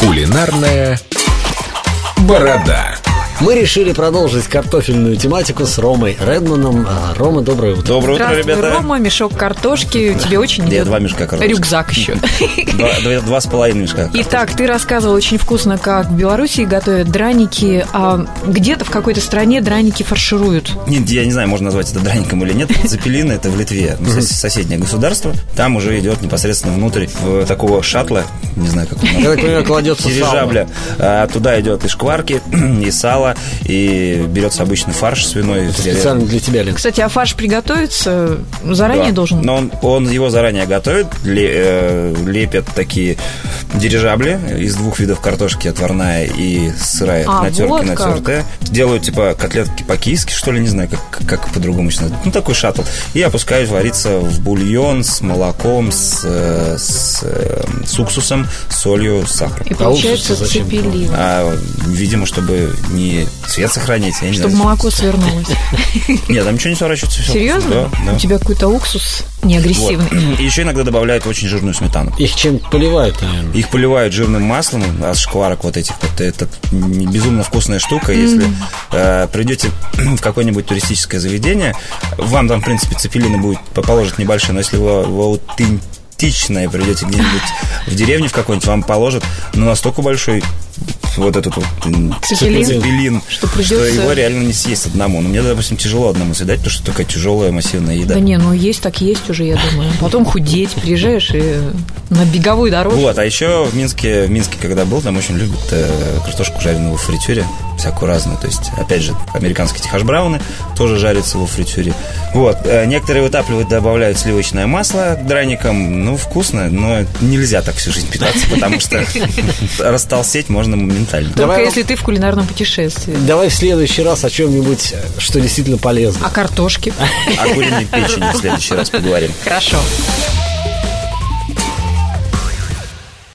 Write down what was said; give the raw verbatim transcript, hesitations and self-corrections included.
Кулинарная борода. Мы решили продолжить картофельную тематику с Ромой Редманом. Рома, доброе утро. Доброе утро, ребята. Рома, мешок картошки. Тебе очень Нет, идет. два мешка картошки. Рюкзак еще. Два, два, два с половиной мешка. Итак, ты рассказывал очень вкусно, как в Беларуси готовят драники. А где-то в какой-то стране драники фаршируют. Нет, я не знаю, можно назвать это драником или нет. Цепелины — это в Литве, сос- соседнее государство. Там уже идет непосредственно внутрь в такого шаттла, не знаю, как он Я так понимаю, кладется дирижабля. А, туда идет и шкварки, и сало, и берется обычный фарш свиной. Специально для тебя, Лен. Кстати, а фарш приготовиться заранее Да. должен? Но он, он его заранее готовит, ле- э, лепят такие дирижабли из двух видов картошки, отварная и сырая, А, на терке, вот на как. терке. Делают типа котлетки по-кийски, что ли, не знаю, как, как по-другому еще назвать. Ну, такой шаттл. И опускают вариться в бульон с молоком, с, э, с, э, с уксусом, с солью, с сахаром. И получается уксус зачем? цепелин. А, видимо, чтобы не цвет сохранить, я не Чтобы знаю. молоко свернулось. Нет, там ничего не сворачивается. Все. Серьезно? Да, да. У тебя какой-то уксус Вот. неагрессивный. И еще иногда добавляют очень жирную сметану. Их чем поливают, наверное? Их поливают жирным маслом от шкварок вот этих вот. Это безумно вкусная штука. Если э, придете в какое-нибудь туристическое заведение, вам там, в принципе, цепелины будет положат небольшие, но если вы, вы аутентичное придете где-нибудь в деревню в какой-нибудь, вам положат ну, настолько большой вот этот вот Цепелин. цепелин, Что что придется- его реально не съесть одному. Но мне, допустим, тяжело одному съедать, потому что такая тяжелая массивная еда. Да не, ну есть так есть уже, я думаю. Потом худеть, приезжаешь и на беговую дорожку. Вот, а еще в Минске, в Минске, когда был, там очень любят э, картошку жареную во фритюре, всякую разную. То есть, опять же, американские эти хаш-брауны тоже жарятся во фритюре. Вот, э, некоторые вытапливают, добавляют сливочное масло к драникам. Ну, вкусно, но нельзя так всю жизнь питаться, потому что растолстеть можно моментально. Только Давай- если ты в кулинарном путешествии. Давай в следующий раз о чем-нибудь, что действительно полезно. А картошки? О куриной печени в следующий раз поговорим. Хорошо.